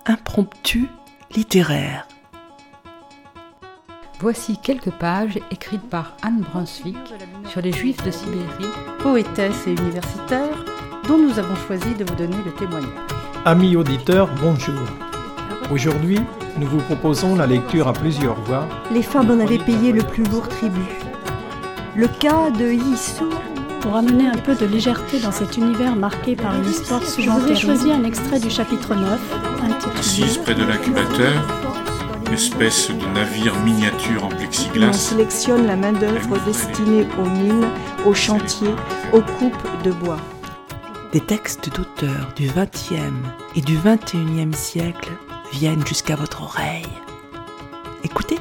impromptu littéraire. Voici quelques pages écrites par Anne Brunswick sur les Juifs de Sibérie, poétesse et universitaire, dont nous avons choisi de vous donner le témoignage. Amis auditeurs, bonjour. Aujourd'hui, nous vous proposons la lecture à plusieurs voix. Les femmes en avaient payé le plus lourd tribut. Le cas de Yissou. Pour amener un peu de légèreté dans cet univers marqué par une histoire souvent terrible, je vous ai choisi un extrait du chapitre 9, intitulé Assise près de l'incubateur, espèce de navire miniature en plexiglas. On sélectionne la main-d'œuvre destinée aux mines, aux chantiers, aux coupes de bois. Des textes d'auteurs du XXe et du XXIe siècle viennent jusqu'à votre oreille. Écoutez.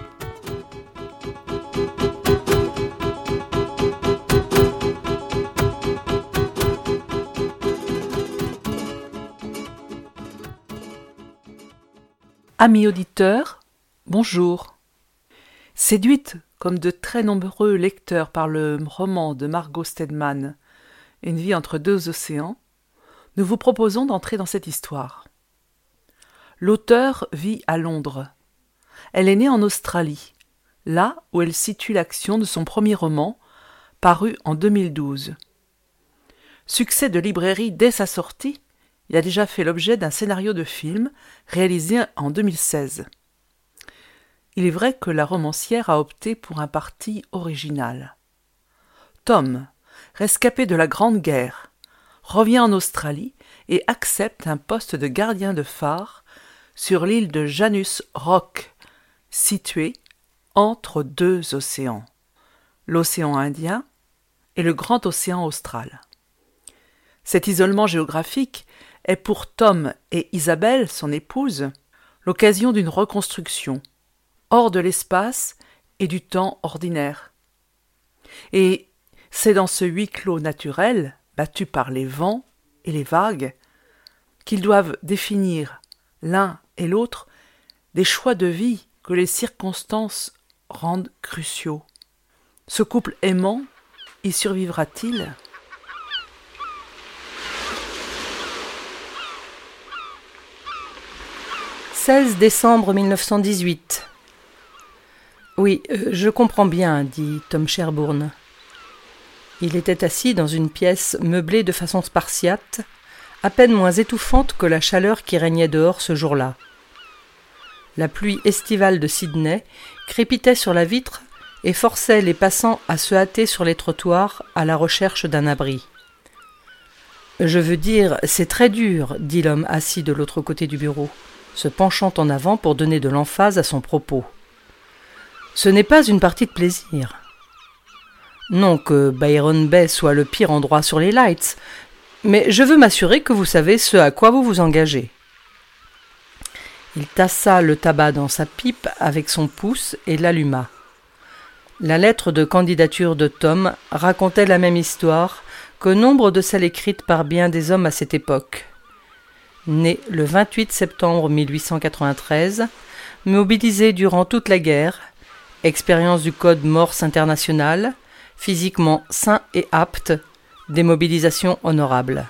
Amis auditeurs, bonjour. Séduite comme de très nombreux lecteurs par le roman de Margot Stedman, Une vie entre deux océans, nous vous proposons d'entrer dans cette histoire. L'auteure vit à Londres. Elle est née en Australie, là où elle situe l'action de son premier roman, paru en 2012. Succès de librairie dès sa sortie, il a déjà fait l'objet d'un scénario de film réalisé en 2016. Il est vrai que la romancière a opté pour un parti original. Tom, rescapé de la Grande Guerre, revient en Australie et accepte un poste de gardien de phare sur l'île de Janus Rock, située entre deux océans, l'océan Indien et le grand océan austral. Cet isolement géographique est pour Tom et Isabelle, son épouse, l'occasion d'une reconstruction, hors de l'espace et du temps ordinaire. Et c'est dans ce huis clos naturel, battu par les vents et les vagues, qu'ils doivent définir, l'un et l'autre, des choix de vie que les circonstances rendent cruciaux. Ce couple aimant, y survivra-t-il ? 16 décembre 1918. Oui, je comprends bien, dit Tom Sherbourne. Il était assis dans une pièce meublée de façon spartiate, à peine moins étouffante que la chaleur qui régnait dehors ce jour-là. La pluie estivale de Sydney crépitait sur la vitre et forçait les passants à se hâter sur les trottoirs à la recherche d'un abri. « Je veux dire, c'est très dur, » dit l'homme assis de l'autre côté du bureau, se penchant en avant pour donner de l'emphase à son propos. « Ce n'est pas une partie de plaisir. Non que Byron Bay soit le pire endroit sur les Lights, mais je veux m'assurer que vous savez ce à quoi vous vous engagez. » Il tassa le tabac dans sa pipe avec son pouce et l'alluma. La lettre de candidature de Tom racontait la même histoire que nombre de celles écrites par bien des hommes à cette époque. Né le 28 septembre 1893, mobilisé durant toute la guerre, expérience du code Morse international, physiquement sain et apte, démobilisation honorable.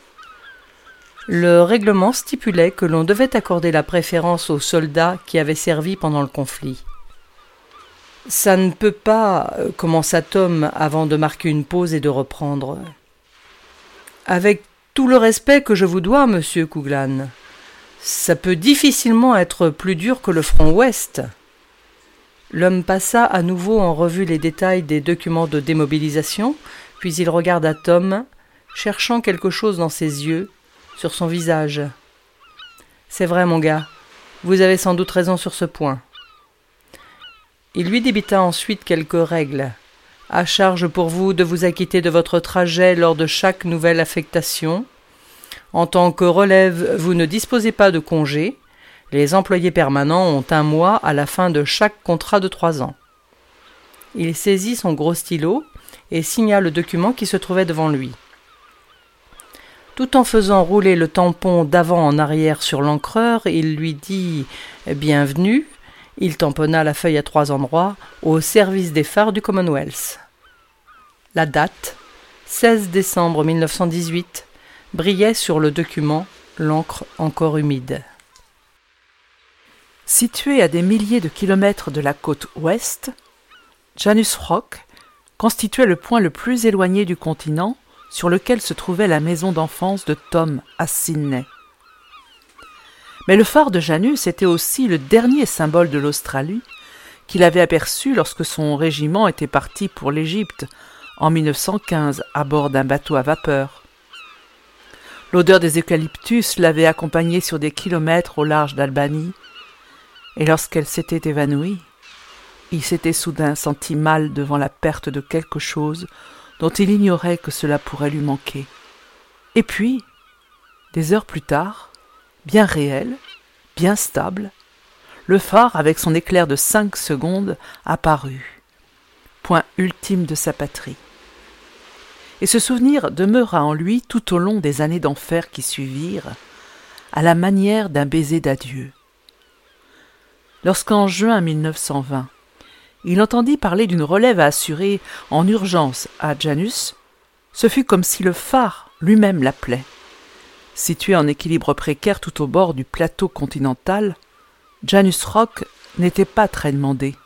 Le règlement stipulait que l'on devait accorder la préférence aux soldats qui avaient servi pendant le conflit. « Ça ne peut pas, » commença Tom avant de marquer une pause et de reprendre. « Avec tout le respect que je vous dois, monsieur Couglan, ça peut difficilement être plus dur que le front ouest. » L'homme passa à nouveau en revue les détails des documents de démobilisation, puis il regarda Tom, cherchant quelque chose dans ses yeux, sur son visage. « C'est vrai, mon gars, vous avez sans doute raison sur ce point. » Il lui débita ensuite quelques règles. À charge pour vous de vous acquitter de votre trajet lors de chaque nouvelle affectation. En tant que relève, vous ne disposez pas de congé. Les employés permanents ont 1 mois à la fin de chaque contrat de 3 ans. Il saisit son gros stylo et signa le document qui se trouvait devant lui. Tout en faisant rouler le tampon d'avant en arrière sur l'encreur, il lui dit « Bienvenue ». Il tamponna la feuille à 3 endroits, au service des phares du Commonwealth. La date, 16 décembre 1918, brillait sur le document, l'encre encore humide. Situé à des milliers de kilomètres de la côte ouest, Janus Rock constituait le point le plus éloigné du continent sur lequel se trouvait la maison d'enfance de Tom à Sydney. Mais le phare de Janus était aussi le dernier symbole de l'Australie qu'il avait aperçu lorsque son régiment était parti pour l'Égypte en 1915 à bord d'un bateau à vapeur. L'odeur des eucalyptus l'avait accompagné sur des kilomètres au large d'Albanie, et lorsqu'elle s'était évanouie, il s'était soudain senti mal devant la perte de quelque chose dont il ignorait que cela pourrait lui manquer. Et puis, des heures plus tard, bien réel, bien stable, le phare, avec son éclair de 5 secondes, apparut, point ultime de sa patrie. Et ce souvenir demeura en lui tout au long des années d'enfer qui suivirent, à la manière d'un baiser d'adieu. Lorsqu'en juin 1920, il entendit parler d'une relève à assurer en urgence à Janus, ce fut comme si le phare lui-même l'appelait. Situé en équilibre précaire tout au bord du plateau continental, Janus Rock n'était pas très demandé.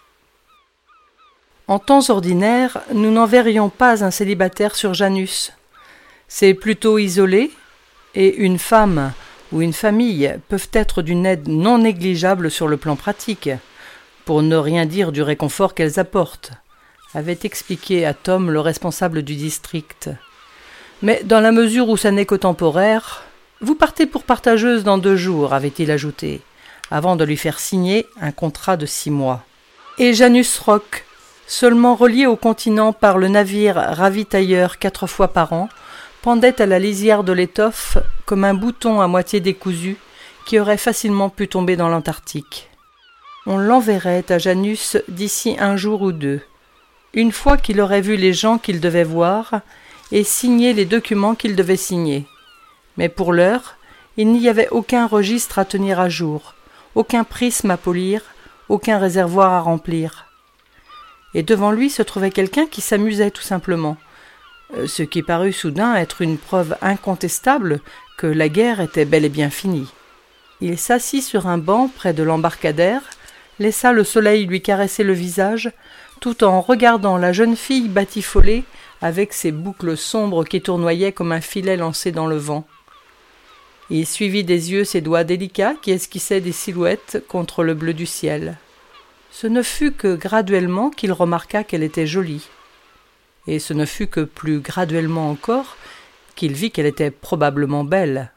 En temps ordinaire, nous n'enverrions pas un célibataire sur Janus. C'est plutôt isolé, et une femme ou une famille peuvent être d'une aide non négligeable sur le plan pratique, pour ne rien dire du réconfort qu'elles apportent, avait expliqué à Tom le responsable du district. Mais dans la mesure où ça n'est que temporaire, vous partez pour Partageuse dans 2 jours, avait-il ajouté, avant de lui faire signer un contrat de 6 mois. Et Janus Rock, seulement relié au continent par le navire ravitailleur 4 fois par an, pendait à la lisière de l'étoffe comme un bouton à moitié décousu qui aurait facilement pu tomber dans l'Antarctique. On l'enverrait à Janus d'ici 1 jour ou 2, une fois qu'il aurait vu les gens qu'il devait voir et signé les documents qu'il devait signer. Mais pour l'heure, il n'y avait aucun registre à tenir à jour, aucun prisme à polir, aucun réservoir à remplir. Et devant lui se trouvait quelqu'un qui s'amusait tout simplement, ce qui parut soudain être une preuve incontestable que la guerre était bel et bien finie. Il s'assit sur un banc près de l'embarcadère, laissa le soleil lui caresser le visage, tout en regardant la jeune fille batifolée avec ses boucles sombres qui tournoyaient comme un filet lancé dans le vent. Il suivit des yeux ses doigts délicats qui esquissaient des silhouettes contre le bleu du ciel. Ce ne fut que graduellement qu'il remarqua qu'elle était jolie. Et ce ne fut que plus graduellement encore qu'il vit qu'elle était probablement belle.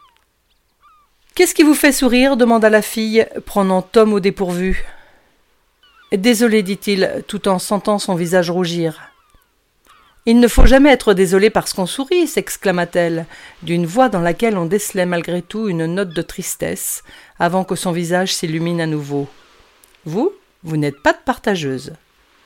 « Qu'est-ce qui vous fait sourire » demanda la fille, prenant Tom au dépourvu. « Désolé, dit-il, tout en sentant son visage rougir. »« Il ne faut jamais être désolé parce qu'on sourit » s'exclama-t-elle, d'une voix dans laquelle on décelait malgré tout une note de tristesse, avant que son visage s'illumine à nouveau. « Vous n'êtes pas de Partageuse. »« Non. »«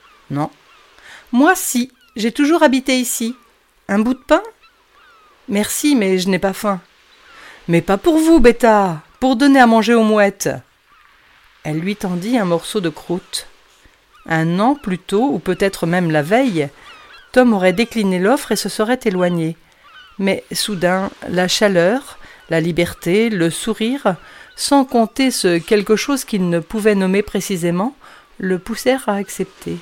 Moi, si. J'ai toujours habité ici. Un bout de pain ? » ?»« Merci, mais je n'ai pas faim. »« Mais pas pour vous, bêta, pour donner à manger aux mouettes. » Elle lui tendit un morceau de croûte. 1 an plus tôt, ou peut-être même la veille, Tom aurait décliné l'offre et se serait éloigné. Mais soudain, la chaleur, la liberté, le sourire, sans compter ce quelque chose qu'il ne pouvait nommer précisément, le poussèrent à accepter.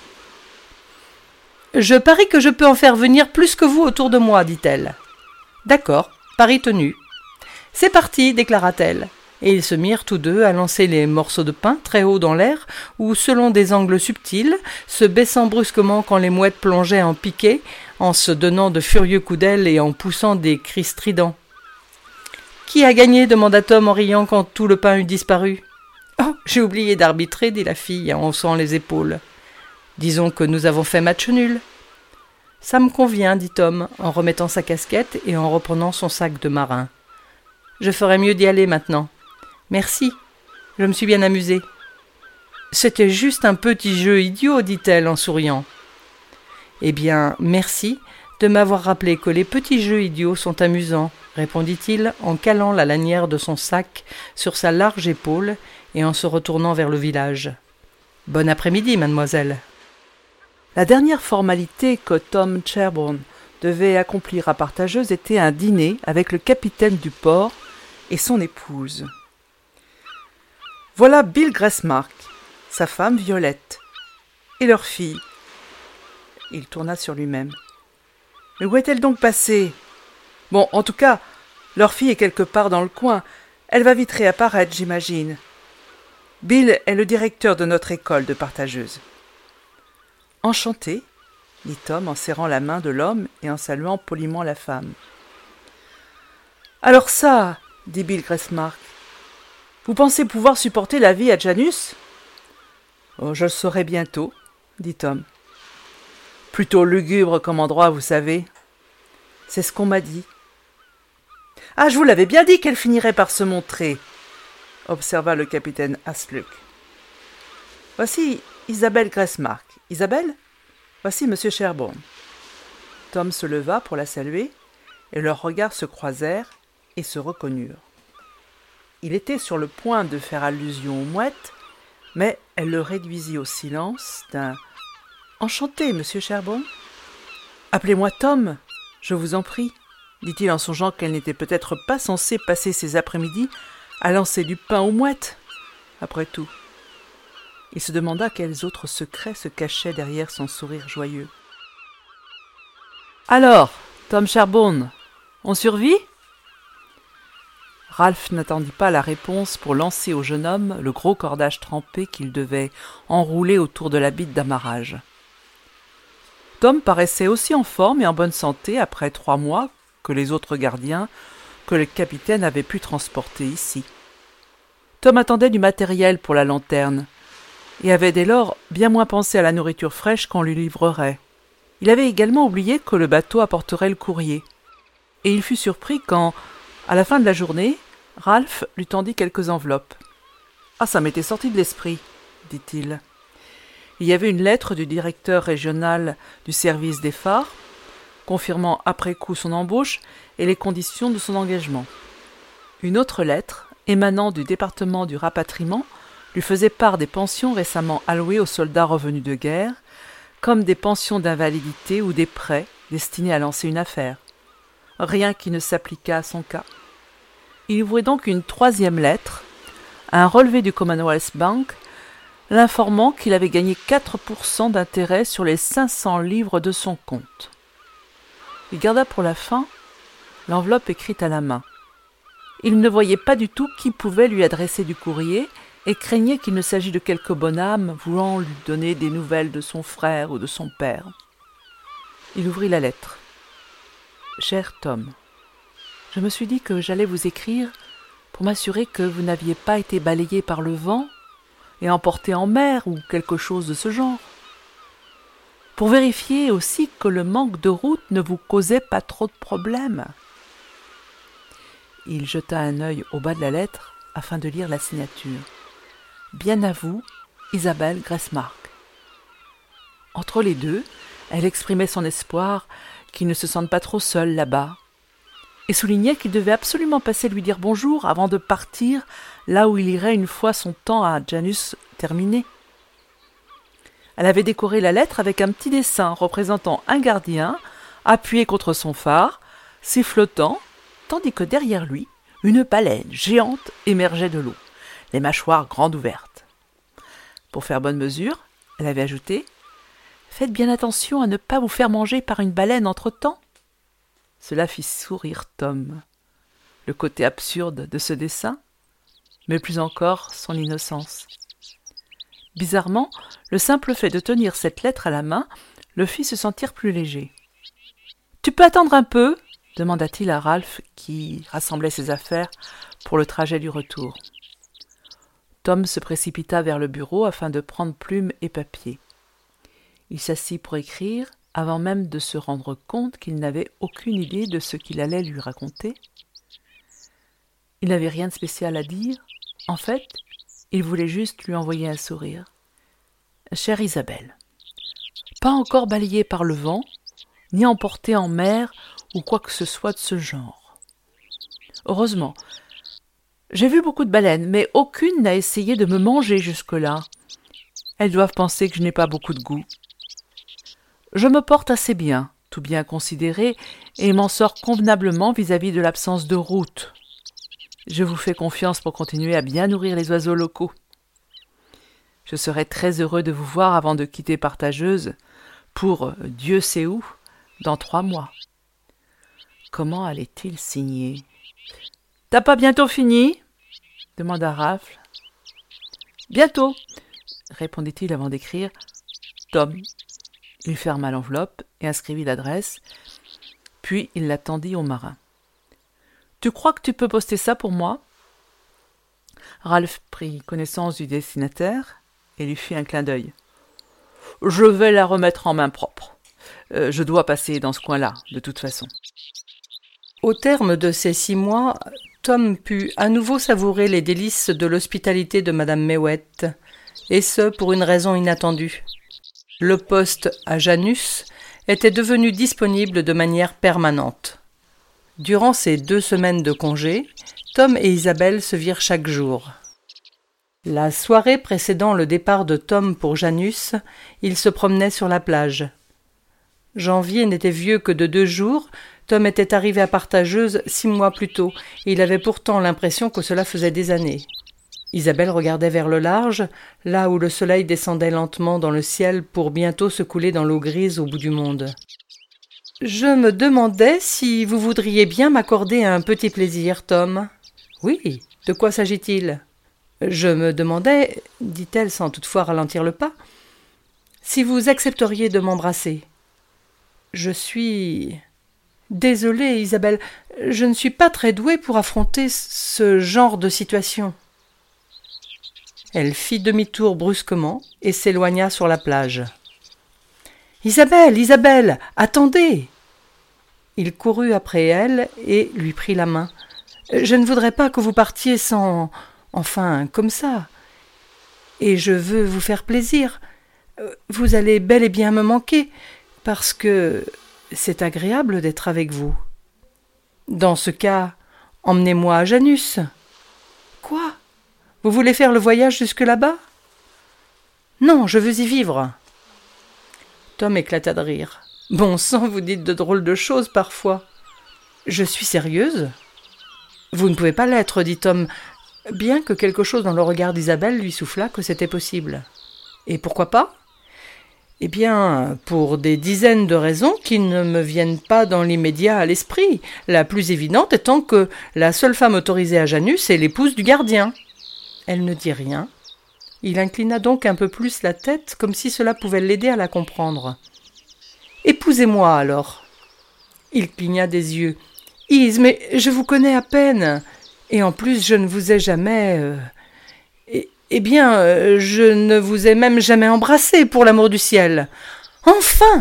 « Je parie que je peux en faire venir plus que vous autour de moi, dit-elle. »« D'accord, pari tenu. »« C'est parti, déclara-t-elle. » Et ils se mirent tous deux à lancer les morceaux de pain très haut dans l'air, ou selon des angles subtils, se baissant brusquement quand les mouettes plongeaient en piqué, en se donnant de furieux coups d'aile et en poussant des cris stridents. « Qui a gagné » demanda Tom en riant quand tout le pain eut disparu. « Oh, j'ai oublié d'arbitrer » dit la fille en haussant les épaules. « Disons que nous avons fait match nul. »« Ça me convient » dit Tom en remettant sa casquette et en reprenant son sac de marin. « Je ferais mieux d'y aller maintenant. » « Merci, je me suis bien amusée. »« C'était juste un petit jeu idiot, » dit-elle en souriant. « Eh bien, merci de m'avoir rappelé que les petits jeux idiots sont amusants, » répondit-il en calant la lanière de son sac sur sa large épaule et en se retournant vers le village. « Bon après-midi, mademoiselle. » La dernière formalité que Tom Sherburne devait accomplir à Partageuse était un dîner avec le capitaine du port et son épouse. Voilà Bill Gressmark, sa femme Violette, et leur fille. Il tourna sur lui-même. Mais où est-elle donc passée? Bon, en tout cas, leur fille est quelque part dans le coin. Elle va vite réapparaître, j'imagine. Bill est le directeur de notre école de partageuses. Enchanté, dit Tom en serrant la main de l'homme et en saluant poliment la femme. Alors ça, dit Bill Gressmark, vous pensez pouvoir supporter la vie à Janus? Oh, je le saurai bientôt, dit Tom. Plutôt lugubre comme endroit, vous savez. C'est ce qu'on m'a dit. Ah, je vous l'avais bien dit qu'elle finirait par se montrer, observa le capitaine Hasluk. Voici Isabelle Gressmark. Isabelle, voici Monsieur Sherborne. Tom se leva pour la saluer, et leurs regards se croisèrent et se reconnurent. Il était sur le point de faire allusion aux mouettes, mais elle le réduisit au silence d'un « Enchanté, Monsieur Sherborne. Appelez-moi Tom, je vous en prie, dit-il en songeant qu'elle n'était peut-être pas censée passer ses après-midi à lancer du pain aux mouettes. Après tout, il se demanda quels autres secrets se cachaient derrière son sourire joyeux. « Alors, Tom Sherborne, on survit ?» Ralph n'attendit pas la réponse pour lancer au jeune homme le gros cordage trempé qu'il devait enrouler autour de la bite d'amarrage. Tom paraissait aussi en forme et en bonne santé après 3 mois que les autres gardiens que le capitaine avait pu transporter ici. Tom attendait du matériel pour la lanterne et avait dès lors bien moins pensé à la nourriture fraîche qu'on lui livrerait. Il avait également oublié que le bateau apporterait le courrier. Et il fut surpris quand, à la fin de la journée, Ralph lui tendit quelques enveloppes. « Ah, ça m'était sorti de l'esprit, » dit-il. Il y avait une lettre du directeur régional du service des phares, confirmant après coup son embauche et les conditions de son engagement. Une autre lettre, émanant du département du rapatriement, lui faisait part des pensions récemment allouées aux soldats revenus de guerre, comme des pensions d'invalidité ou des prêts destinés à lancer une affaire. Rien qui ne s'appliquât à son cas. Il ouvrit donc une 3e lettre, un relevé du Commonwealth Bank, l'informant qu'il avait gagné 4% d'intérêt sur les 500 livres de son compte. Il garda pour la fin l'enveloppe écrite à la main. Il ne voyait pas du tout qui pouvait lui adresser du courrier et craignait qu'il ne s'agît de quelque bonne âme voulant lui donner des nouvelles de son frère ou de son père. Il ouvrit la lettre. « Cher Tom, je me suis dit que j'allais vous écrire pour m'assurer que vous n'aviez pas été balayé par le vent et emporté en mer ou quelque chose de ce genre. Pour vérifier aussi que le manque de route ne vous causait pas trop de problèmes. » Il jeta un œil au bas de la lettre afin de lire la signature. « Bien à vous, Isabelle Gressmark. » Entre les deux, elle exprimait son espoir qu'il ne se sente pas trop seul là-bas, et soulignait qu'il devait absolument passer lui dire bonjour avant de partir là où il irait une fois son temps à Janus terminé. Elle avait décoré la lettre avec un petit dessin représentant un gardien appuyé contre son phare, sifflotant, tandis que derrière lui, une baleine géante émergeait de l'eau, les mâchoires grandes ouvertes. Pour faire bonne mesure, elle avait ajouté « Faites bien attention à ne pas vous faire manger par une baleine entre-temps. » Cela fit sourire Tom. Le côté absurde de ce dessin, mais plus encore son innocence. Bizarrement, le simple fait de tenir cette lettre à la main le fit se sentir plus léger. « Tu peux attendre un peu ?» demanda-t-il à Ralph qui rassemblait ses affaires pour le trajet du retour. Tom se précipita vers le bureau afin de prendre plume et papier. Il s'assit pour écrire avant même de se rendre compte qu'il n'avait aucune idée de ce qu'il allait lui raconter. Il n'avait rien de spécial à dire. En fait, il voulait juste lui envoyer un sourire. « Chère Isabelle, pas encore balayée par le vent, ni emportée en mer ou quoi que ce soit de ce genre. Heureusement, j'ai vu beaucoup de baleines, mais aucune n'a essayé de me manger jusque-là. Elles doivent penser que je n'ai pas beaucoup de goût. Je me porte assez bien, tout bien considéré, et m'en sors convenablement vis-à-vis de l'absence de route. Je vous fais confiance pour continuer à bien nourrir les oiseaux locaux. Je serai très heureux de vous voir avant de quitter Partageuse pour Dieu sait où, dans 3 mois. » Comment allait-il signer ? « T'as pas bientôt fini ?» demanda Ralph. « Bientôt !» répondit-il avant d'écrire « Tom ». Il ferma l'enveloppe et inscrivit l'adresse, puis il la tendit au marin. « Tu crois que tu peux poster ça pour moi ?» Ralph prit connaissance du destinataire et lui fit un clin d'œil. « Je vais la remettre en main propre. Je dois passer dans ce coin-là, de toute façon. » Au terme de ces 6 mois, Tom put à nouveau savourer les délices de l'hospitalité de Madame Mewett, et ce pour une raison inattendue. Le poste à Janus était devenu disponible de manière permanente. Durant ces 2 semaines de congé, Tom et Isabelle se virent chaque jour. La soirée précédant le départ de Tom pour Janus, ils se promenaient sur la plage. Janvier n'était vieux que de 2 jours. Tom était arrivé à Partageuse 6 mois plus tôt, et il avait pourtant l'impression que cela faisait des années. Isabelle regardait vers le large, là où le soleil descendait lentement dans le ciel pour bientôt se couler dans l'eau grise au bout du monde. « Je me demandais si vous voudriez bien m'accorder un petit plaisir, Tom. »« Oui, de quoi s'agit-il ?»« Je me demandais, dit-elle sans toutefois ralentir le pas, si vous accepteriez de m'embrasser. Je suis... Désolée, Isabelle, je ne suis pas très douée pour affronter ce genre de situation. » Elle fit demi-tour brusquement et s'éloigna sur la plage. « Isabelle, Isabelle, attendez !» Il courut après elle et lui prit la main. « Je ne voudrais pas que vous partiez sans... enfin, comme ça. Et je veux vous faire plaisir. Vous allez bel et bien me manquer, parce que... c'est agréable d'être avec vous. Dans ce cas, emmenez-moi à Janus. »« Quoi ? Vous voulez faire le voyage jusque là-bas ? »« Non, je veux y vivre. » Tom éclata de rire. « Bon sang, vous dites de drôles de choses parfois. »« Je suis sérieuse. »« Vous ne pouvez pas l'être, dit Tom, bien que quelque chose dans le regard d'Isabelle lui souffla que c'était possible. « Et pourquoi pas ? » « Eh bien, pour des dizaines de raisons qui ne me viennent pas dans l'immédiat à l'esprit, la plus évidente étant que la seule femme autorisée à Janus est l'épouse du gardien. » Elle ne dit rien. Il inclina donc un peu plus la tête, comme si cela pouvait l'aider à la comprendre. « Épousez-moi, alors. » Il cligna des yeux. « Is, mais je vous connais à peine, et en plus je ne vous ai jamais... Eh bien, je ne vous ai même jamais embrassé, pour l'amour du ciel. Enfin !»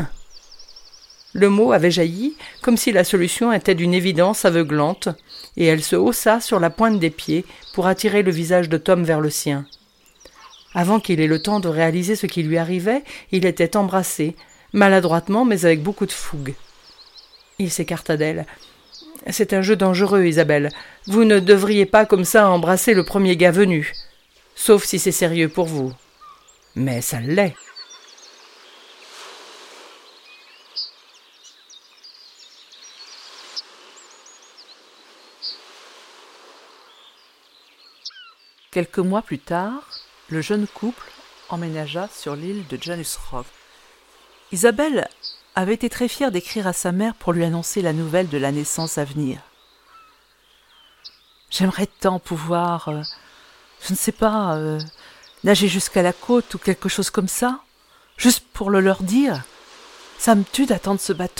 Le mot avait jailli, comme si la solution était d'une évidence aveuglante, et elle se haussa sur la pointe des pieds pour attirer le visage de Tom vers le sien. Avant qu'il ait le temps de réaliser ce qui lui arrivait, il était embrassé, maladroitement mais avec beaucoup de fougue. Il s'écarta d'elle. « C'est un jeu dangereux, Isabelle. Vous ne devriez pas comme ça embrasser le premier gars venu. Sauf si c'est sérieux pour vous. Mais ça l'est. » Quelques mois plus tard, le jeune couple emménagea sur l'île de Janus Rock. Isabelle avait été très fière d'écrire à sa mère pour lui annoncer la nouvelle de la naissance à venir. « J'aimerais tant pouvoir... je ne sais pas, nager jusqu'à la côte ou quelque chose comme ça, juste pour le leur dire. Ça me tue d'attendre ce bateau. »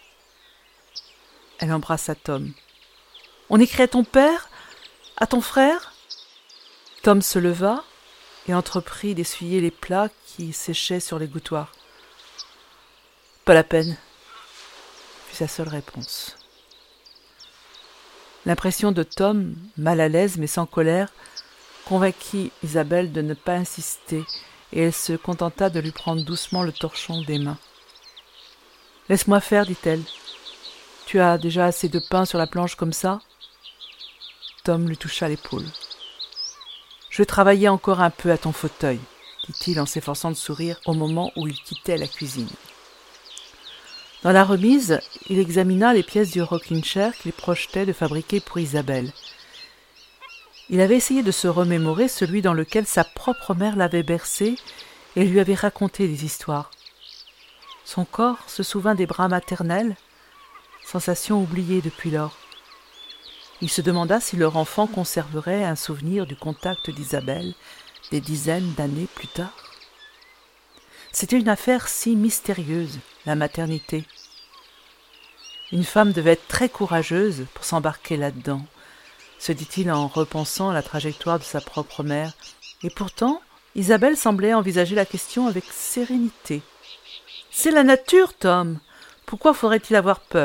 Elle embrassa Tom. « On écrit à ton père ? À ton frère ?» Tom se leva et entreprit d'essuyer les plats qui séchaient sur l'égouttoir. « Pas la peine, » fut sa seule réponse. L'impression de Tom, mal à l'aise mais sans colère, convainquit Isabelle de ne pas insister, et elle se contenta de lui prendre doucement le torchon des mains. « Laisse-moi faire, dit-elle. Tu as déjà assez de pain sur la planche comme ça ?» Tom lui toucha l'épaule. « Je vais travailler encore un peu à ton fauteuil, » dit-il en s'efforçant de sourire au moment où il quittait la cuisine. Dans la remise, il examina les pièces du rocking chair qu'il projetait de fabriquer pour Isabelle. Il avait essayé de se remémorer celui dans lequel sa propre mère l'avait bercé et lui avait raconté des histoires. Son corps se souvint des bras maternels, sensation oubliée depuis lors. Il se demanda si leur enfant conserverait un souvenir du contact d'Isabelle des dizaines d'années plus tard. C'était une affaire si mystérieuse, la maternité. Une femme devait être très courageuse pour s'embarquer là-dedans, se dit-il en repensant à la trajectoire de sa propre mère. Et pourtant, Isabelle semblait envisager la question avec sérénité. « C'est la nature, Tom. Pourquoi faudrait-il avoir peur ?»«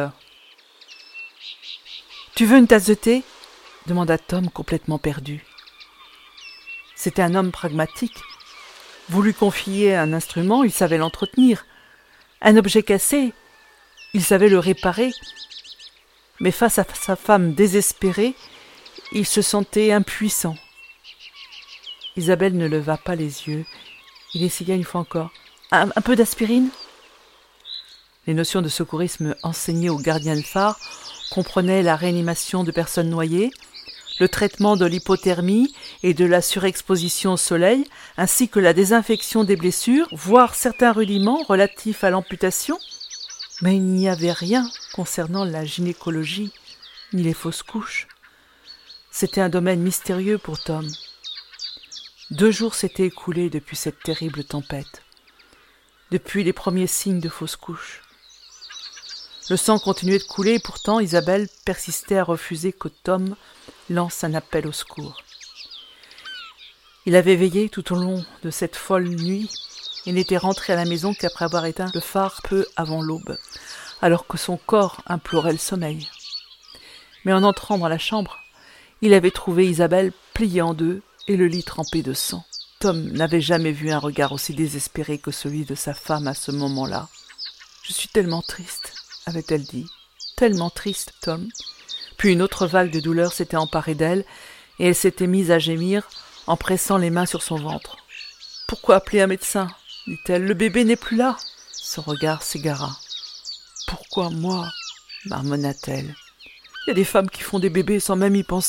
Tu veux une tasse de thé ?» demanda Tom complètement perdu. C'était un homme pragmatique. Vous lui confiez un instrument, il savait l'entretenir. Un objet cassé, il savait le réparer. Mais face à sa femme désespérée, il se sentait impuissant. Isabelle ne leva pas les yeux. Il essaya une fois encore. Un peu d'aspirine ? Les notions de secourisme enseignées aux gardiens de phare comprenaient la réanimation de personnes noyées, le traitement de l'hypothermie et de la surexposition au soleil, ainsi que la désinfection des blessures, voire certains rudiments relatifs à l'amputation. Mais il n'y avait rien concernant la gynécologie, ni les fausses couches. C'était un domaine mystérieux pour Tom. 2 jours s'étaient écoulés depuis cette terrible tempête, depuis les premiers signes de fausses couches. Le sang continuait de couler et pourtant Isabelle persistait à refuser que Tom lance un appel au secours. Il avait veillé tout au long de cette folle nuit et n'était rentré à la maison qu'après avoir éteint le phare peu avant l'aube, alors que son corps implorait le sommeil. Mais en entrant dans la chambre, il avait trouvé Isabelle pliée en 2 et le lit trempé de sang. Tom n'avait jamais vu un regard aussi désespéré que celui de sa femme à ce moment-là. « Je suis tellement triste », avait-elle dit. « Tellement triste, Tom. » Puis une autre vague de douleur s'était emparée d'elle et elle s'était mise à gémir en pressant les mains sur son ventre. « Pourquoi appeler un médecin ?» dit-elle. « Le bébé n'est plus là. » Son regard s'égara. « Pourquoi moi ?» marmonna-t-elle. « Il y a des femmes qui font des bébés sans même y penser. »«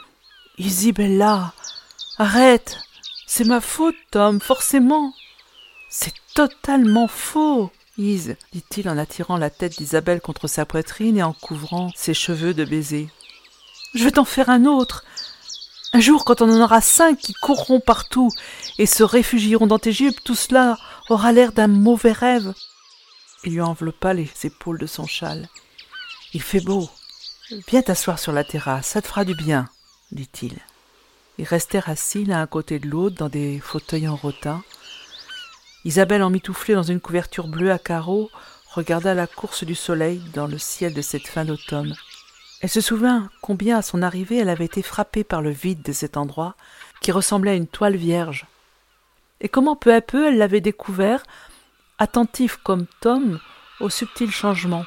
Isabella, arrête. C'est ma faute, Tom, forcément. »« C'est totalement faux. » Is, dit-il en attirant la tête d'Isabelle contre sa poitrine et en couvrant ses cheveux de baisers. Je vais t'en faire un autre. Un jour, quand on en aura 5 qui courront partout et se réfugieront dans tes jupes, tout cela aura l'air d'un mauvais rêve. Il lui enveloppa les épaules de son châle. Il fait beau. Viens t'asseoir sur la terrasse, ça te fera du bien, dit-il. Ils restèrent assis l'un à côté de l'autre dans des fauteuils en rotin. Isabelle, emmitouflée dans une couverture bleue à carreaux, regarda la course du soleil dans le ciel de cette fin d'automne. Elle se souvint combien à son arrivée elle avait été frappée par le vide de cet endroit qui ressemblait à une toile vierge, et comment peu à peu elle l'avait découvert, attentif comme Tom aux subtils changements.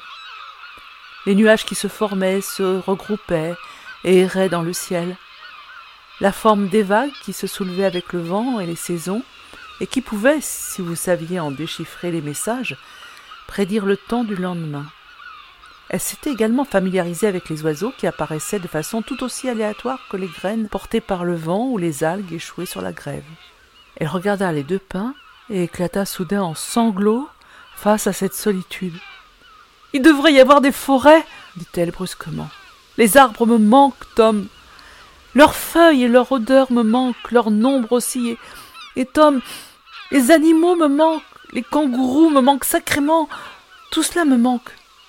Les nuages qui se formaient, se regroupaient et erraient dans le ciel, la forme des vagues qui se soulevaient avec le vent et les saisons, et qui pouvaient, si vous saviez en déchiffrer les messages, prédire le temps du lendemain. Elle s'était également familiarisée avec les oiseaux qui apparaissaient de façon tout aussi aléatoire que les graines portées par le vent ou les algues échouées sur la grève. Elle regarda les 2 pins et éclata soudain en sanglots face à cette solitude. « Il devrait y avoir des forêts !» dit-elle brusquement. « Les arbres me manquent, Tom. Leurs feuilles et leur odeur me manquent, leur nombre aussi. Et Tom, les animaux me manquent, les kangourous me manquent sacrément. Tout cela me manque. »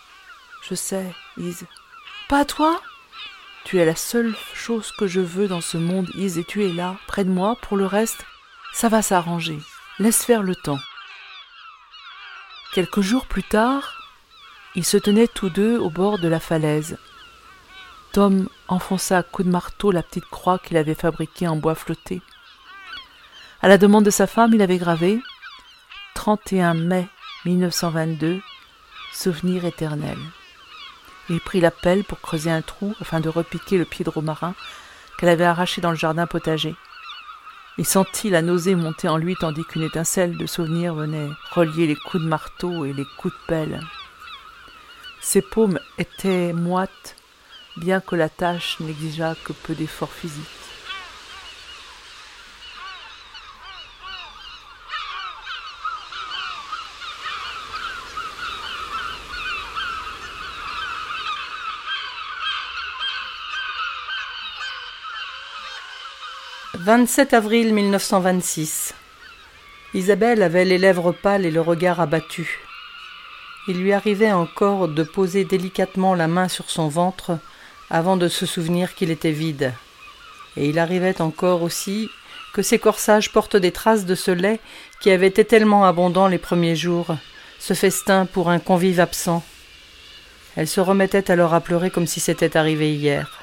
« Je sais, Is. Pas à toi ? Tu es la seule chose que je veux dans ce monde, Is, et tu es là, près de moi. Pour le reste, ça va s'arranger. Laisse faire le temps. » Quelques jours plus tard, ils se tenaient tous 2 au bord de la falaise. Tom enfonça à coups de marteau la petite croix qu'il avait fabriquée en bois flotté. À la demande de sa femme, il avait gravé « 31 mai 1922, souvenir éternel ». Il prit la pelle pour creuser un trou afin de repiquer le pied de romarin qu'elle avait arraché dans le jardin potager. Il sentit la nausée monter en lui tandis qu'une étincelle de souvenir venait relier les coups de marteau et les coups de pelle. Ses paumes étaient moites, bien que la tâche n'exigeât que peu d'efforts physiques. 27 avril 1926. Isabelle avait les lèvres pâles et le regard abattu. Il lui arrivait encore de poser délicatement la main sur son ventre avant de se souvenir qu'il était vide. Et il arrivait encore aussi que ses corsages portent des traces de ce lait qui avait été tellement abondant les premiers jours, ce festin pour un convive absent. Elle se remettait alors à pleurer comme si c'était arrivé hier.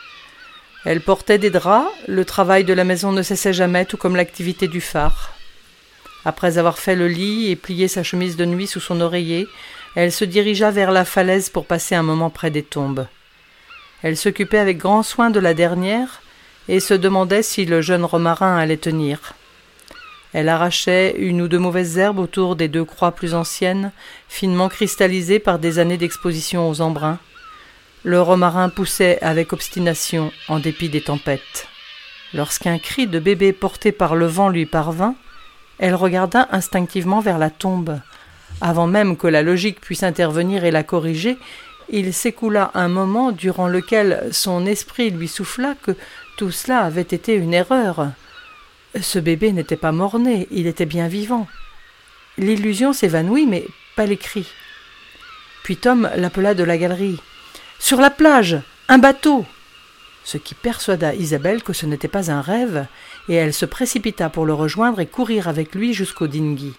Elle portait des draps, le travail de la maison ne cessait jamais, tout comme l'activité du phare. Après avoir fait le lit et plié sa chemise de nuit sous son oreiller, elle se dirigea vers la falaise pour passer un moment près des tombes. Elle s'occupait avec grand soin de la dernière et se demandait si le jeune romarin allait tenir. Elle arrachait une ou deux mauvaises herbes autour des deux croix plus anciennes, finement cristallisées par des années d'exposition aux embruns. Le romarin poussait avec obstination en dépit des tempêtes. Lorsqu'un cri de bébé porté par le vent lui parvint, elle regarda instinctivement vers la tombe. Avant même que la logique puisse intervenir et la corriger, il s'écoula un moment durant lequel son esprit lui souffla que tout cela avait été une erreur. Ce bébé n'était pas mort-né, il était bien vivant. L'illusion s'évanouit, mais pas les cris. Puis Tom l'appela de la galerie. « Sur la plage, un bateau !» Ce qui persuada Isabelle que ce n'était pas un rêve, et elle se précipita pour le rejoindre et courir avec lui jusqu'au dinghy.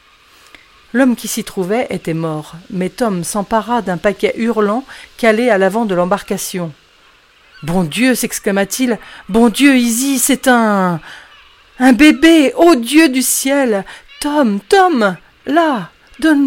L'homme qui s'y trouvait était mort, mais Tom s'empara d'un paquet hurlant calé à l'avant de l'embarcation. « Bon Dieu !» s'exclama-t-il. « Bon Dieu, Izzy, c'est un bébé! Ô Dieu du ciel! Tom, Tom! Là! Donne-le-moi !»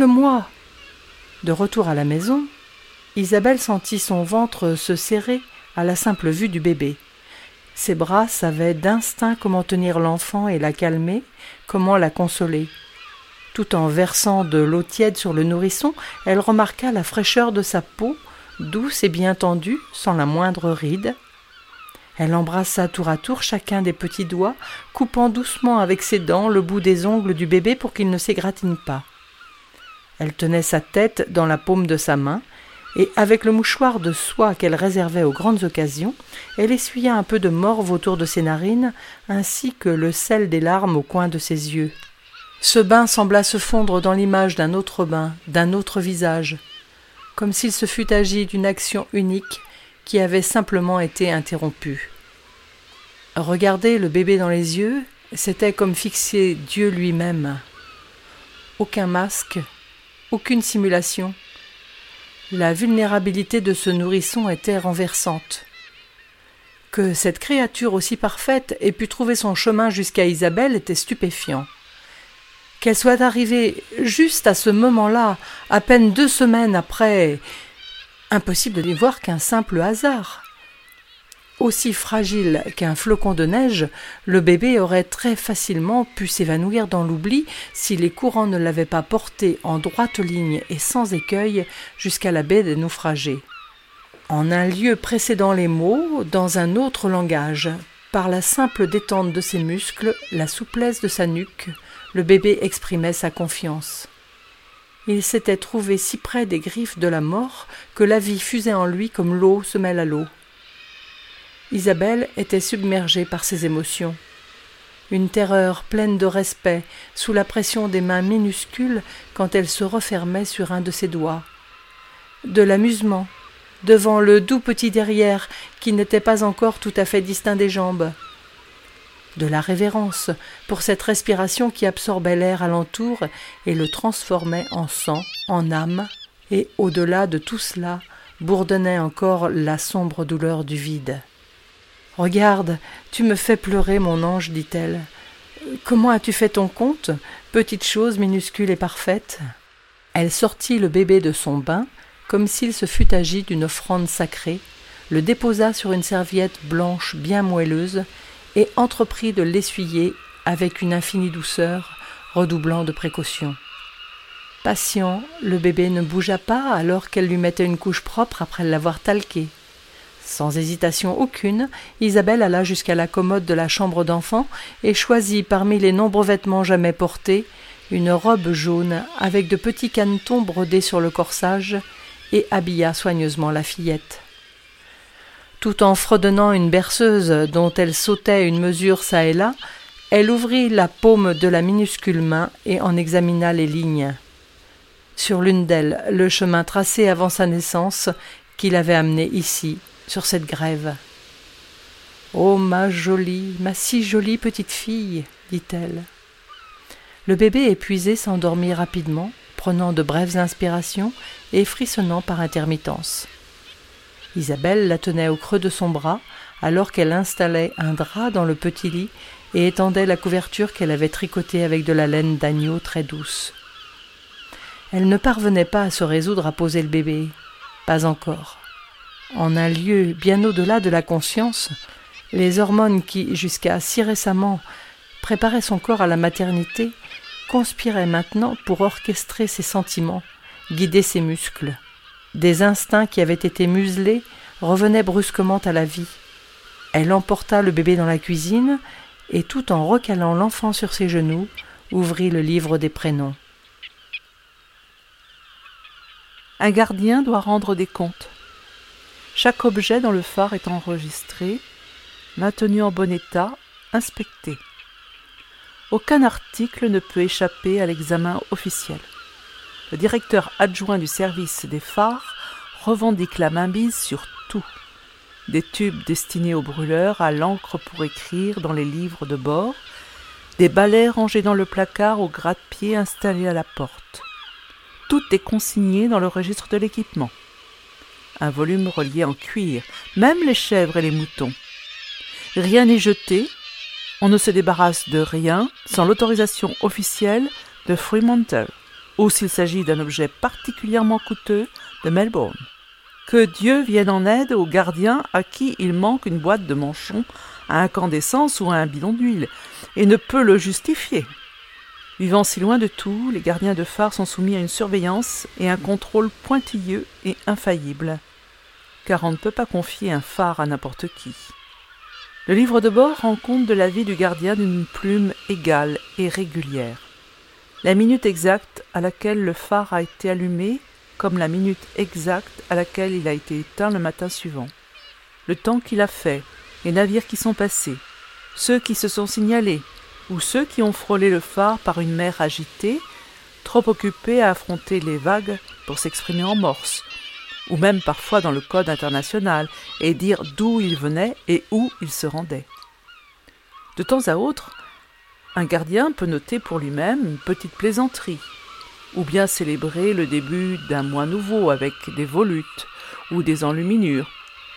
De retour à la maison, Isabelle sentit son ventre se serrer à la simple vue du bébé. Ses bras savaient d'instinct comment tenir l'enfant et la calmer, comment la consoler. Tout en versant de l'eau tiède sur le nourrisson, elle remarqua la fraîcheur de sa peau, douce et bien tendue, sans la moindre ride. Elle embrassa tour à tour chacun des petits doigts, coupant doucement avec ses dents le bout des ongles du bébé pour qu'il ne s'égratine pas. Elle tenait sa tête dans la paume de sa main, et avec le mouchoir de soie qu'elle réservait aux grandes occasions, elle essuya un peu de morve autour de ses narines, ainsi que le sel des larmes au coin de ses yeux. Ce bain sembla se fondre dans l'image d'un autre bain, d'un autre visage, comme s'il se fût agi d'une action unique qui avait simplement été interrompue. Regarder le bébé dans les yeux, c'était comme fixer Dieu lui-même. Aucun masque, aucune simulation. La vulnérabilité de ce nourrisson était renversante. Que cette créature aussi parfaite ait pu trouver son chemin jusqu'à Isabelle était stupéfiant. Qu'elle soit arrivée juste à ce moment-là, à peine 2 semaines après, impossible de n'y voir qu'un simple hasard. Aussi fragile qu'un flocon de neige, le bébé aurait très facilement pu s'évanouir dans l'oubli si les courants ne l'avaient pas porté en droite ligne et sans écueil jusqu'à la baie des naufragés. En un lieu précédant les mots, dans un autre langage, par la simple détente de ses muscles, la souplesse de sa nuque, le bébé exprimait sa confiance. Il s'était trouvé si près des griffes de la mort que la vie fusait en lui comme l'eau se mêle à l'eau. Isabelle était submergée par ses émotions. Une terreur pleine de respect sous la pression des mains minuscules quand elle se refermait sur un de ses doigts. De l'amusement devant le doux petit derrière qui n'était pas encore tout à fait distinct des jambes. De la révérence pour cette respiration qui absorbait l'air alentour et le transformait en sang, en âme, et au-delà de tout cela bourdonnait encore la sombre douleur du vide. « Regarde, tu me fais pleurer, mon ange, dit-elle. Comment as-tu fait ton compte, petite chose minuscule et parfaite ?» Elle sortit le bébé de son bain, comme s'il se fût agi d'une offrande sacrée, le déposa sur une serviette blanche bien moelleuse et entreprit de l'essuyer avec une infinie douceur, redoublant de précaution. Patient, le bébé ne bougea pas alors qu'elle lui mettait une couche propre après l'avoir talqué. Sans hésitation aucune, Isabelle alla jusqu'à la commode de la chambre d'enfant et choisit parmi les nombreux vêtements jamais portés une robe jaune avec de petits canetons brodés sur le corsage et habilla soigneusement la fillette. Tout en fredonnant une berceuse dont elle sautait une mesure çà et là, elle ouvrit la paume de la minuscule main et en examina les lignes. Sur l'une d'elles, le chemin tracé avant sa naissance qui l'avait amenée ici, sur cette grève. « Oh, ma si jolie petite fille !» dit-elle. Le bébé épuisé s'endormit rapidement, prenant de brèves inspirations et frissonnant par intermittence. Isabelle la tenait au creux de son bras alors qu'elle installait un drap dans le petit lit et étendait la couverture qu'elle avait tricotée avec de la laine d'agneau très douce. Elle ne parvenait pas à se résoudre à poser le bébé, pas encore. En un lieu bien au-delà de la conscience, les hormones qui, jusqu'à si récemment, préparaient son corps à la maternité, conspiraient maintenant pour orchestrer ses sentiments, guider ses muscles. Des instincts qui avaient été muselés revenaient brusquement à la vie. Elle emporta le bébé dans la cuisine et, tout en recalant l'enfant sur ses genoux, ouvrit le livre des prénoms. Un gardien doit rendre des comptes. Chaque objet dans le phare est enregistré, maintenu en bon état, inspecté. Aucun article ne peut échapper à l'examen officiel. Le directeur adjoint du service des phares revendique la mainmise sur tout. Des tubes destinés aux brûleurs, à l'encre pour écrire dans les livres de bord, des balais rangés dans le placard au gratte-pied installé à la porte. Tout est consigné dans le registre de l'équipement. Un volume relié en cuir, même les chèvres et les moutons. Rien n'est jeté, on ne se débarrasse de rien sans l'autorisation officielle de Fremantle, ou s'il s'agit d'un objet particulièrement coûteux, de Melbourne. Que Dieu vienne en aide aux gardiens à qui il manque une boîte de manchons à incandescence ou à un bidon d'huile, et ne peut le justifier. Vivant si loin de tout, les gardiens de phare sont soumis à une surveillance et un contrôle pointilleux et infaillible, car on ne peut pas confier un phare à n'importe qui. Le livre de bord rend compte de la vie du gardien d'une plume égale et régulière. La minute exacte à laquelle le phare a été allumé, comme la minute exacte à laquelle il a été éteint le matin suivant. Le temps qu'il a fait, les navires qui sont passés, ceux qui se sont signalés, ou ceux qui ont frôlé le phare par une mer agitée, trop occupés à affronter les vagues pour s'exprimer en morse, ou même parfois dans le code international, et dire d'où ils venaient et où ils se rendaient. De temps à autre, un gardien peut noter pour lui-même une petite plaisanterie, ou bien célébrer le début d'un mois nouveau avec des volutes ou des enluminures.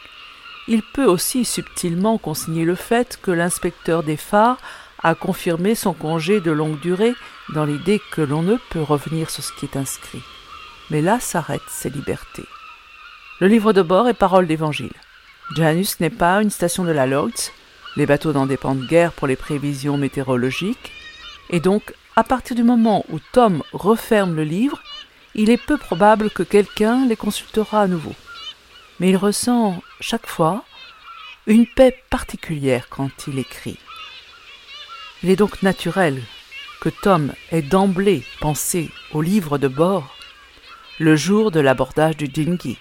Il peut aussi subtilement consigner le fait que l'inspecteur des phares a confirmé son congé de longue durée dans l'idée que l'on ne peut revenir sur ce qui est inscrit. Mais là s'arrêtent ses libertés. Le livre de bord est parole d'évangile. Janus n'est pas une station de la Lloyd's, les bateaux n'en dépendent guère pour les prévisions météorologiques, et donc, à partir du moment où Tom referme le livre, il est peu probable que quelqu'un les consultera à nouveau. Mais il ressent, chaque fois, une paix particulière quand il écrit. Il est donc naturel que Tom ait d'emblée pensé au livre de bord le jour de l'abordage du dinghy.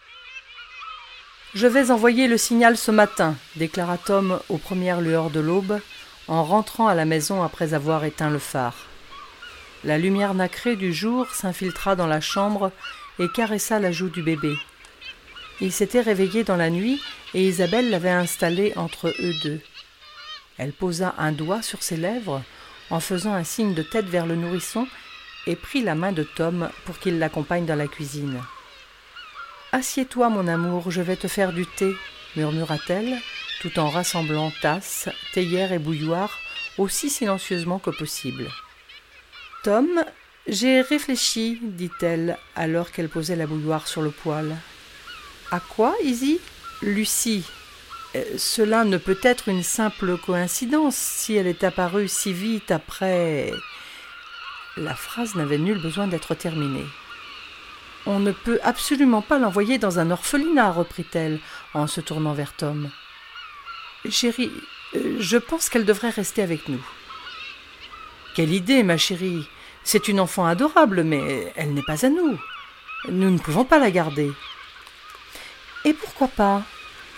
« Je vais envoyer le signal ce matin », déclara Tom aux premières lueurs de l'aube, en rentrant à la maison après avoir éteint le phare. La lumière nacrée du jour s'infiltra dans la chambre et caressa la joue du bébé. Il s'était réveillé dans la nuit et Isabelle l'avait installé entre eux deux. Elle posa un doigt sur ses lèvres en faisant un signe de tête vers le nourrisson et prit la main de Tom pour qu'il l'accompagne dans la cuisine. « Assieds-toi, mon amour, je vais te faire du thé », murmura-t-elle, tout en rassemblant tasse, théière et bouilloire aussi silencieusement que possible. « Tom, j'ai réfléchi, dit-elle, alors qu'elle posait la bouilloire sur le poêle. « À quoi, Izzy ? Lucie. Cela ne peut être une simple coïncidence si elle est apparue si vite après... » La phrase n'avait nul besoin d'être terminée. « On ne peut absolument pas l'envoyer dans un orphelinat, reprit-elle, en se tournant vers Tom. « Chérie, je pense qu'elle devrait rester avec nous. »« Quelle idée, ma chérie. C'est une enfant adorable, mais elle n'est pas à nous. Nous ne pouvons pas la garder. »« Et pourquoi pas ?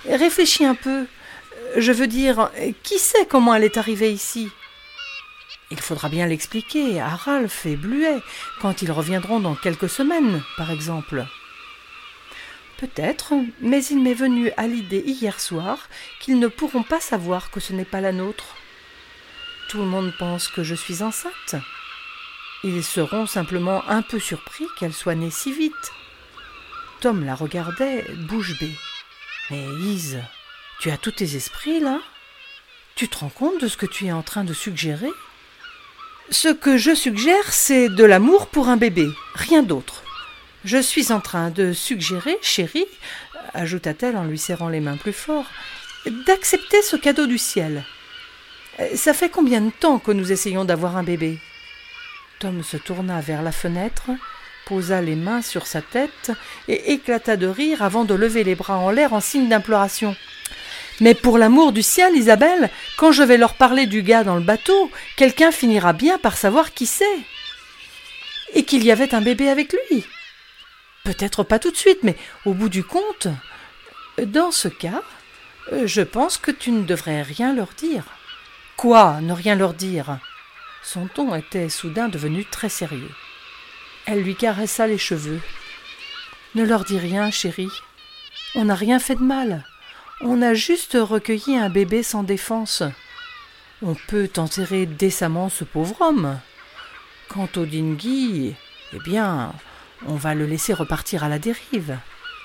Réfléchis un peu. Je veux dire, qui sait comment elle est arrivée ici ? Il faudra bien l'expliquer à Ralph et Bluet quand ils reviendront dans quelques semaines, par exemple. Peut-être, mais il m'est venu à l'idée hier soir qu'ils ne pourront pas savoir que ce n'est pas la nôtre. Tout le monde pense que je suis enceinte. Ils seront simplement un peu surpris qu'elle soit née si vite. Tom la regardait, bouche bée. « Mais Lise, tu as tous tes esprits, là ? Tu te rends compte de ce que tu es en train de suggérer ? » Ce que je suggère, c'est de l'amour pour un bébé, rien d'autre. Je suis en train de suggérer, chérie, ajouta-t-elle en lui serrant les mains plus fort, d'accepter ce cadeau du ciel. Ça fait combien de temps que nous essayons d'avoir un bébé ? Tom se tourna vers la fenêtre, posa les mains sur sa tête et éclata de rire avant de lever les bras en l'air en signe d'imploration. « Mais pour l'amour du ciel, Isabelle, quand je vais leur parler du gars dans le bateau, quelqu'un finira bien par savoir qui c'est. Et qu'il y avait un bébé avec lui. Peut-être pas tout de suite, mais au bout du compte, dans ce cas, je pense que tu ne devrais rien leur dire. »« Quoi, ne rien leur dire ?» Son ton était soudain devenu très sérieux. Elle lui caressa les cheveux. « Ne leur dis rien, chérie. On n'a rien fait de mal. On a juste recueilli un bébé sans défense. On peut enterrer décemment ce pauvre homme. Quant au dinghy, eh bien, on va le laisser repartir à la dérive. »«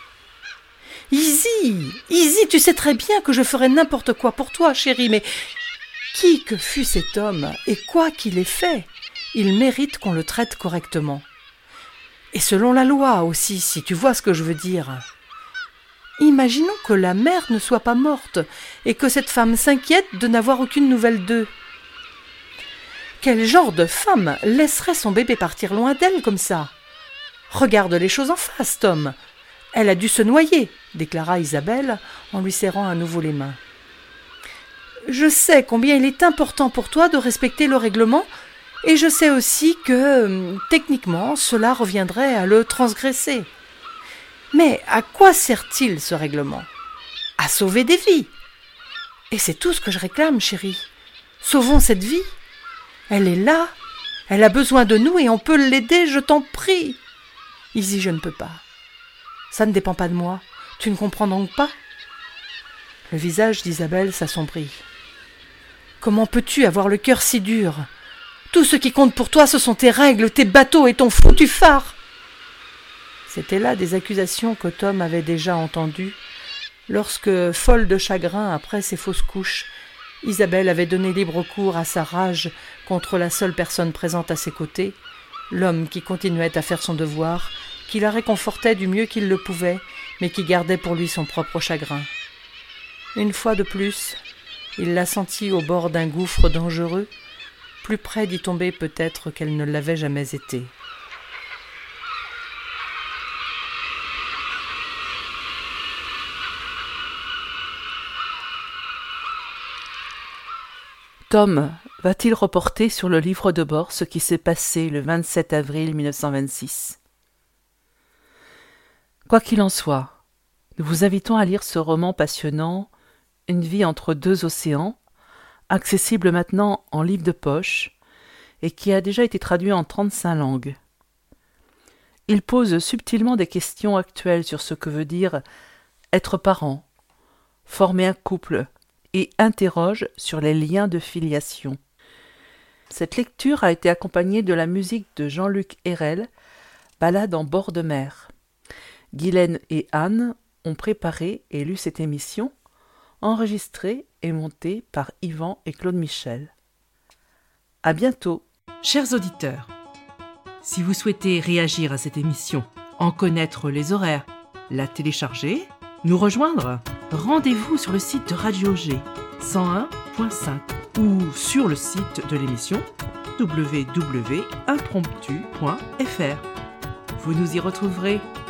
Izzy, tu sais très bien que je ferais n'importe quoi pour toi, chérie, mais qui que fût cet homme, et quoi qu'il ait fait, il mérite qu'on le traite correctement. Et selon la loi aussi, si tu vois ce que je veux dire. Imaginons que la mère ne soit pas morte, et que cette femme s'inquiète de n'avoir aucune nouvelle d'eux. Quel genre de femme laisserait son bébé partir loin d'elle comme ça ? Regarde les choses en face, Tom. Elle a dû se noyer, déclara Isabelle en lui serrant à nouveau les mains. Je sais combien il est important pour toi de respecter le règlement, et je sais aussi que, techniquement, cela reviendrait à le transgresser. Mais à quoi sert-il ce règlement ? À sauver des vies. Et c'est tout ce que je réclame, chérie. Sauvons cette vie. Elle est là, elle a besoin de nous et on peut l'aider, je t'en prie. Izzy, je ne peux pas. Ça ne dépend pas de moi. Tu ne comprends donc pas ? Le visage d'Isabelle s'assombrit. Comment peux-tu avoir le cœur si dur ? Tout ce qui compte pour toi, ce sont tes règles, tes bateaux et ton foutu phare. C'étaient là des accusations que Tom avait déjà entendues lorsque, folle de chagrin après ses fausses couches, Isabelle avait donné libre cours à sa rage contre la seule personne présente à ses côtés, l'homme qui continuait à faire son devoir, qui la réconfortait du mieux qu'il le pouvait, mais qui gardait pour lui son propre chagrin. Une fois de plus, il la sentit au bord d'un gouffre dangereux, plus près d'y tomber peut-être qu'elle ne l'avait jamais été. Tom va-t-il reporter sur le livre de bord ce qui s'est passé le 27 avril 1926 ? Quoi qu'il en soit, nous vous invitons à lire ce roman passionnant, Une vie entre deux océans, accessible maintenant en livre de poche et qui a déjà été traduit en 35 langues. Il pose subtilement des questions actuelles sur ce que veut dire être parent, former un couple, et interroge sur les liens de filiation. Cette lecture a été accompagnée de la musique de Jean-Luc Hérel, Balade en bord de mer. Guylaine et Anne ont préparé et lu cette émission, enregistrée et montée par Yvan et Claude Michel. À bientôt. Chers auditeurs, si vous souhaitez réagir à cette émission, en connaître les horaires, la télécharger, nous rejoindre, rendez-vous sur le site de Radio G 101.5 ou sur le site de l'émission www.impromptu.fr. Vous nous y retrouverez.